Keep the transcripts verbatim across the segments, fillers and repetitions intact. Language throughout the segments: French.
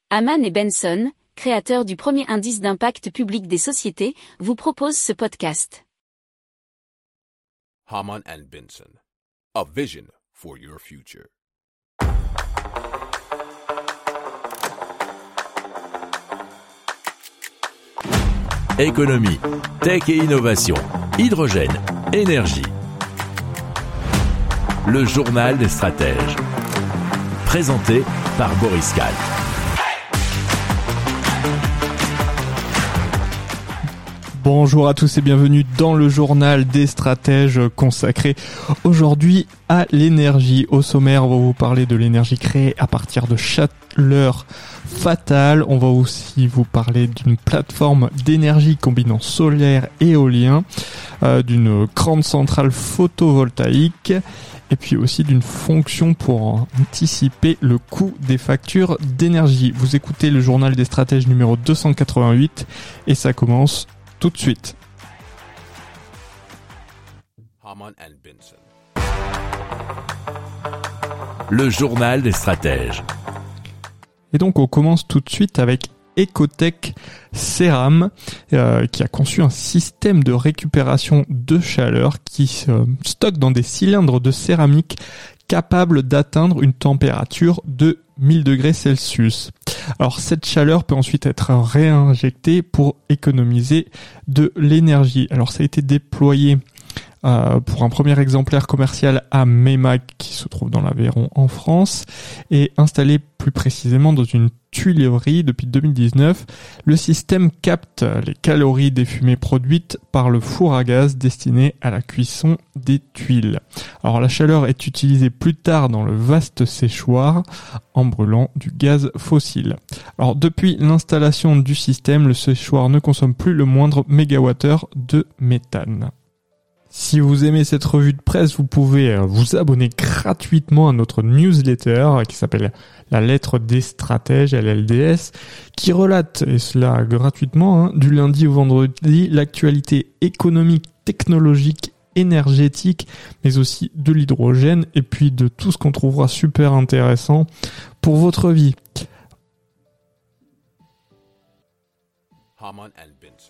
Hamann et Benson, créateurs du premier indice d'impact public des sociétés, vous proposent ce podcast. Hamann and Benson, a vision for your future. Économie, tech et innovation, hydrogène, énergie. Le journal des stratèges. Présenté par Boris Kahl. Bonjour à tous et bienvenue dans le journal des stratèges consacré aujourd'hui à l'énergie. Au sommaire, on va vous parler de l'énergie créée à partir de chaleur fatale. On va aussi vous parler d'une plateforme d'énergie combinant solaire et éolien, euh, d'une grande centrale photovoltaïque et puis aussi d'une fonction pour anticiper le coût des factures d'énergie. Vous écoutez le journal des stratèges numéro deux cent quatre-vingt-huit et ça commence tout de suite. Hamann and Benson. Le journal des stratèges. Et donc on commence tout de suite avec Ecotech Ceram euh, qui a conçu un système de récupération de chaleur qui se euh, stocke dans des cylindres de céramique capables d'atteindre une température de mille degrés Celsius. Alors cette chaleur peut ensuite être réinjectée pour économiser de l'énergie. Alors ça a été déployé euh, pour un premier exemplaire commercial à Meymac qui se trouve dans l'Aveyron en France et installé plus précisément dans une tuilerie depuis deux mille dix-neuf. Le système capte les calories des fumées produites par le four à gaz destiné à la cuisson des tuiles. Alors la chaleur est utilisée plus tard dans le vaste séchoir en brûlant du gaz fossile. Alors depuis l'installation du système, le séchoir ne consomme plus le moindre mégawattheure de méthane. Si vous aimez cette revue de presse, vous pouvez vous abonner gratuitement à notre newsletter qui s'appelle La Lettre des Stratèges, L L D S, qui relate, et cela gratuitement, hein, du lundi au vendredi, l'actualité économique, technologique, énergétique, mais aussi de l'hydrogène et puis de tout ce qu'on trouvera super intéressant pour votre vie. Hamann and Benson.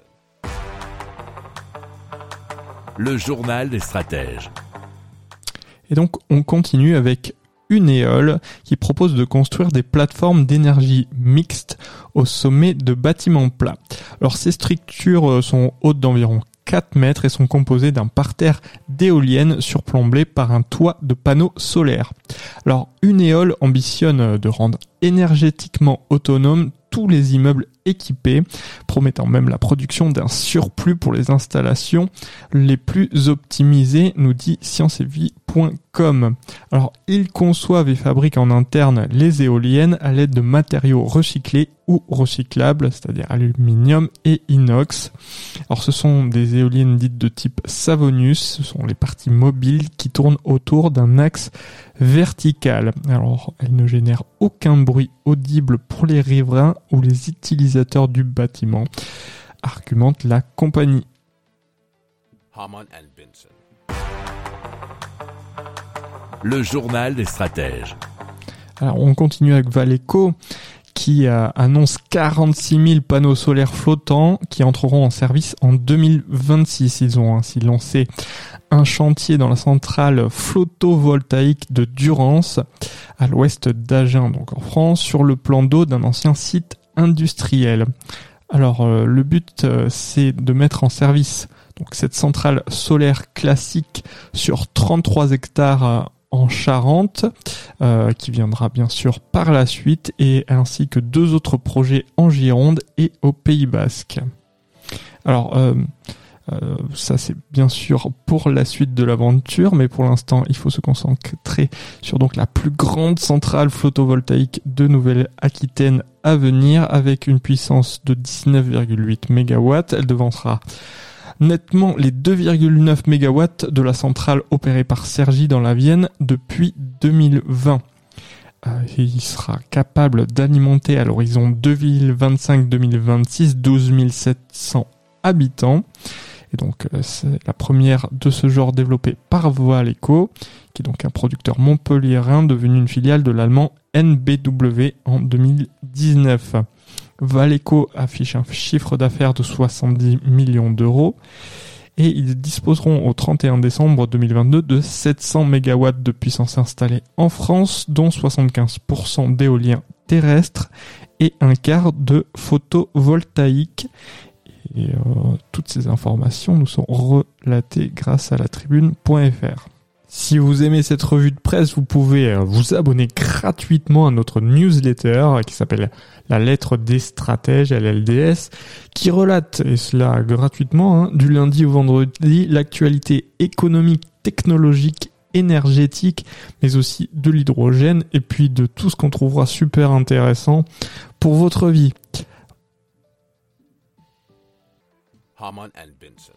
Le journal des stratèges. Et donc, on continue avec Uneol qui propose de construire des plateformes d'énergie mixte au sommet de bâtiments plats. Alors, ces structures sont hautes d'environ quatre mètres et sont composées d'un parterre d'éoliennes surplombé par un toit de panneaux solaires. Alors, Uneol ambitionne de rendre énergétiquement autonome tous les immeubles équipés, promettant même la production d'un surplus pour les installations les plus optimisées, nous dit science et vie point com. Alors, ils conçoivent et fabriquent en interne les éoliennes à l'aide de matériaux recyclés ou recyclables, c'est-à-dire aluminium et inox. Alors, ce sont des éoliennes dites de type Savonius, ce sont les parties mobiles qui tournent autour d'un axe vertical. Alors, elles ne génèrent aucun bruit audible pour les riverains ou les utilisateurs du bâtiment, argumente la compagnie. Hamann and Benson. Le journal des stratèges. Alors, on continue avec Valeco qui euh, annonce quarante-six mille panneaux solaires flottants qui entreront en service en deux mille vingt-six. Ils ont ainsi lancé un chantier dans la centrale photovoltaïque de Durance, à l'ouest d'Agen, donc en France, sur le plan d'eau d'un ancien site industriel. Alors, euh, le but, euh, c'est de mettre en service donc cette centrale solaire classique sur trente-trois hectares euh, en Charente, euh, qui viendra bien sûr par la suite, et ainsi que deux autres projets en Gironde et au Pays Basque. Alors, euh, euh, ça c'est bien sûr pour la suite de l'aventure, mais pour l'instant il faut se concentrer sur donc la plus grande centrale photovoltaïque de Nouvelle-Aquitaine à venir, avec une puissance de dix-neuf virgule huit mégawatts. Elle devancera nettement les deux virgule neuf mégawatts de la centrale opérée par Cergy dans la Vienne depuis deux mille vingt. Euh, il sera capable d'alimenter à l'horizon deux mille vingt-cinq deux mille vingt-six douze mille sept cents habitants. Et donc euh, c'est la première de ce genre développée par Valeco, qui est donc un producteur montpelliérain devenu une filiale de l'allemand N B W en deux mille dix-neuf. Valeco affiche un chiffre d'affaires de soixante-dix millions d'euros et ils disposeront au trente et un décembre deux mille vingt-deux de sept cents mégawatts de puissance installée en France, dont soixante-quinze pour cent d'éolien terrestre et un quart de photovoltaïque. Et euh, toutes ces informations nous sont relatées grâce à la tribune point f r. Si vous aimez cette revue de presse, vous pouvez vous abonner gratuitement à notre newsletter qui s'appelle La Lettre des Stratèges, L L D S, qui relate, et cela gratuitement, hein, du lundi au vendredi, l'actualité économique, technologique, énergétique, mais aussi de l'hydrogène, et puis de tout ce qu'on trouvera super intéressant pour votre vie. Harman and Benson.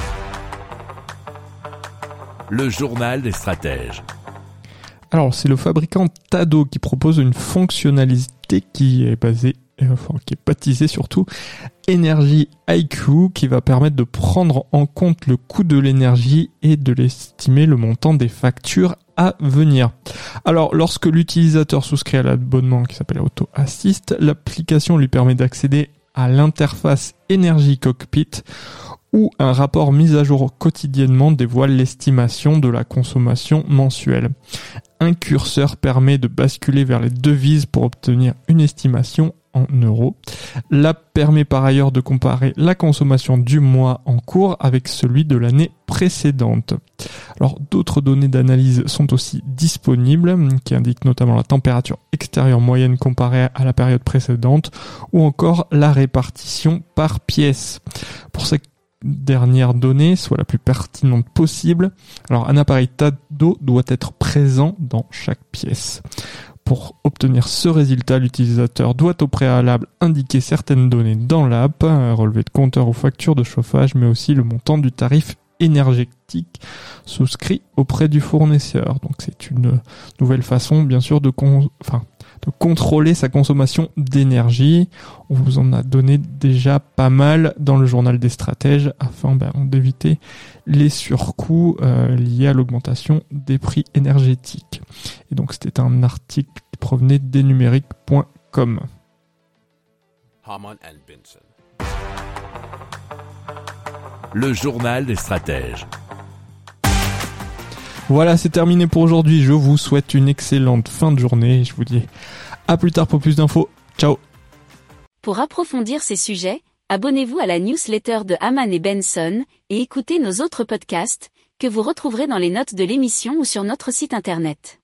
Le journal des stratèges. Alors, c'est le fabricant Tado qui propose une fonctionnalité qui est basée, enfin, qui est baptisée surtout Energy I Q, qui va permettre de prendre en compte le coût de l'énergie et de l'estimer le montant des factures à venir. Alors, lorsque l'utilisateur souscrit à l'abonnement qui s'appelle Auto Assist, l'application lui permet d'accéder à l'interface Energy Cockpit, où un rapport mis à jour quotidiennement dévoile l'estimation de la consommation mensuelle. Un curseur permet de basculer vers les devises pour obtenir une estimation en euros. L'app permet par ailleurs de comparer la consommation du mois en cours avec celui de l'année précédente. Alors, d'autres données d'analyse sont aussi disponibles, qui indiquent notamment la température extérieure moyenne comparée à la période précédente, ou encore la répartition par pièce. Pour ces dernière donnée soit la plus pertinente possible, alors un appareil Tado doit être présent dans chaque pièce. Pour obtenir ce résultat, l'utilisateur doit au préalable indiquer certaines données dans l'app, un relevé de compteur ou facture de chauffage, mais aussi le montant du tarif énergétique souscrit auprès du fournisseur. Donc c'est une nouvelle façon, bien sûr, de con... enfin, de contrôler sa consommation d'énergie. On vous en a donné déjà pas mal dans le journal des stratèges afin ben, d'éviter les surcoûts euh, liés à l'augmentation des prix énergétiques. Et donc c'était un article qui provenait d'enumérique point com. Harman and Benson. Le journal des stratèges. Voilà, c'est terminé pour aujourd'hui. Je vous souhaite une excellente fin de journée. Je vous dis à plus tard pour plus d'infos. Ciao. Pour approfondir ces sujets, abonnez-vous à la newsletter de Harman et Benson et écoutez nos autres podcasts que vous retrouverez dans les notes de l'émission ou sur notre site internet.